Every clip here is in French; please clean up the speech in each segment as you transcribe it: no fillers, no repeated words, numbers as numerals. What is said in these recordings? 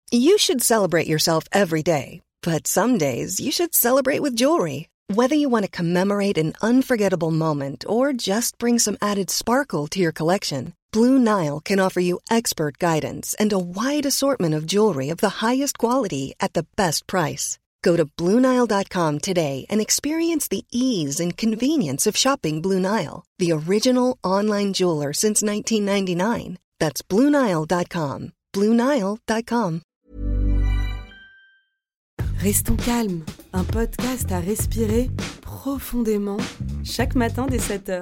You should celebrate yourself every day, but some days you should celebrate with jewelry. Whether you want to commemorate an unforgettable moment or just bring some added sparkle to your collection, Blue Nile can offer you expert guidance and a wide assortment of jewelry of the highest quality at the best price. Go to BlueNile.com today and experience the ease and convenience of shopping Blue Nile, the original online jeweler since 1999. That's BlueNile.com. BlueNile.com. Restons calmes, un podcast à respirer profondément chaque matin dès 7h.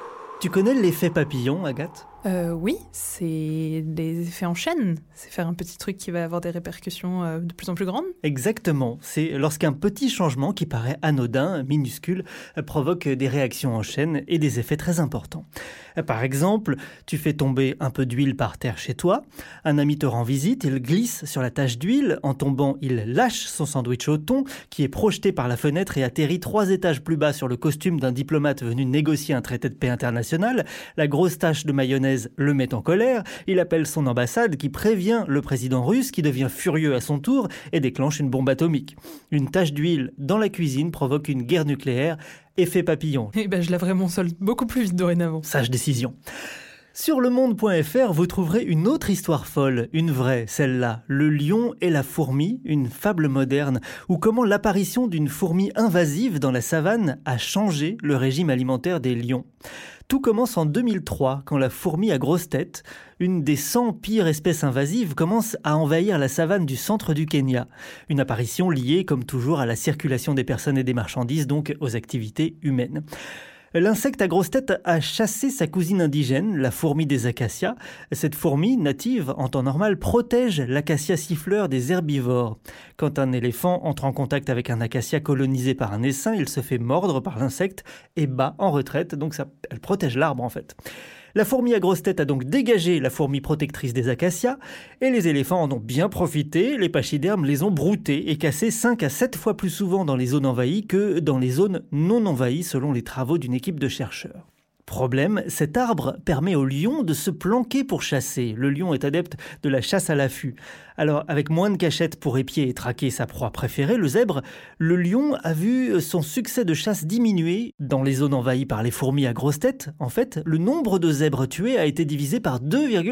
Tu connais l'effet papillon, Agathe ? Oui, c'est des effets en chaîne. C'est faire un petit truc qui va avoir des répercussions de plus en plus grandes. Exactement. C'est lorsqu'un petit changement qui paraît anodin, minuscule, provoque des réactions en chaîne et des effets très importants. Par exemple, tu fais tomber un peu d'huile par terre chez toi, un ami te rend visite, il glisse sur la tache d'huile, en tombant, il lâche son sandwich au thon, qui est projeté par la fenêtre et atterrit 3 étages plus bas sur le costume d'un diplomate venu négocier un traité de paix international. La grosse tache de mayonnaise le met en colère, il appelle son ambassade qui prévient le président russe qui devient furieux à son tour et déclenche une bombe atomique. Une tache d'huile dans la cuisine provoque une guerre nucléaire, effet papillon. Je laverai mon sol beaucoup plus vite dorénavant. Sage décision. Sur lemonde.fr, vous trouverez une autre histoire folle, une vraie, celle-là, le lion et la fourmi, une fable moderne, ou comment l'apparition d'une fourmi invasive dans la savane a changé le régime alimentaire des lions. Tout commence en 2003, quand la fourmi à grosse tête, une des 100 pires espèces invasives, commence à envahir la savane du centre du Kenya. Une apparition liée, comme toujours, à la circulation des personnes et des marchandises, donc aux activités humaines. L'insecte à grosse tête a chassé sa cousine indigène, la fourmi des acacias. Cette fourmi, native en temps normal, protège l'acacia siffleur des herbivores. Quand un éléphant entre en contact avec un acacia colonisé par un essaim, il se fait mordre par l'insecte et bat en retraite, donc elle protège l'arbre en fait. La fourmi à grosse tête a donc dégagé la fourmi protectrice des acacias et les éléphants en ont bien profité. Les pachydermes les ont broutés et cassés 5 à 7 fois plus souvent dans les zones envahies que dans les zones non envahies selon les travaux d'une équipe de chercheurs. Problème, cet arbre permet au lion de se planquer pour chasser. Le lion est adepte de la chasse à l'affût. Alors, avec moins de cachette pour épier et traquer sa proie préférée, le zèbre, le lion a vu son succès de chasse diminuer. Dans les zones envahies par les fourmis à grosse tête, en fait, le nombre de zèbres tués a été divisé par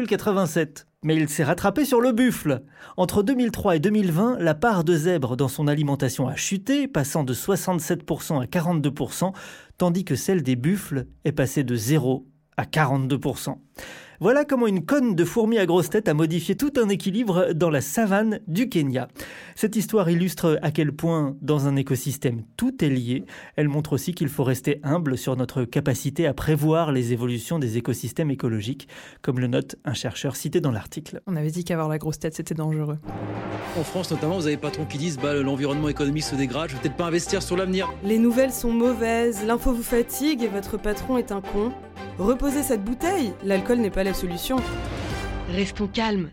2,87. Mais il s'est rattrapé sur le buffle. Entre 2003 et 2020, la part de zèbres dans son alimentation a chuté, passant de 67% à 42%, tandis que celle des buffles est passée de 0 à 42%. Voilà comment une conne de fourmi à grosse tête a modifié tout un équilibre dans la savane du Kenya. Cette histoire illustre à quel point, dans un écosystème, tout est lié. Elle montre aussi qu'il faut rester humble sur notre capacité à prévoir les évolutions des écosystèmes écologiques, comme le note un chercheur cité dans l'article. On avait dit qu'avoir la grosse tête, c'était dangereux. En France notamment, vous avez des patrons qui disent l'environnement économique se dégrade, je vais peut-être pas investir sur l'avenir. Les nouvelles sont mauvaises, l'info vous fatigue et votre patron est un con. Reposez cette bouteille, l'alcool n'est pas la solution. Restons calmes.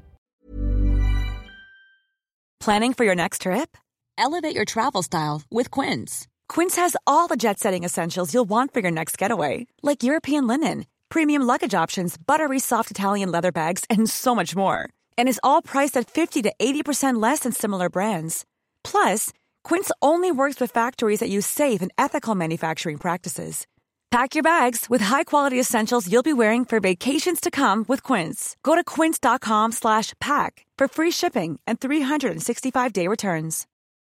Planning for your next trip? Elevate your travel style with Quince. Quince has all the jet-setting essentials you'll want for your next getaway, like European linen, premium luggage options, buttery soft Italian leather bags, and so much more. And is all priced at 50 to 80% less than similar brands. Plus, Quince only works with factories that use safe and ethical manufacturing practices. Pack your bags with high-quality essentials you'll be wearing for vacations to come with Quince. Go to quince.com/pack for free shipping and 365-day returns.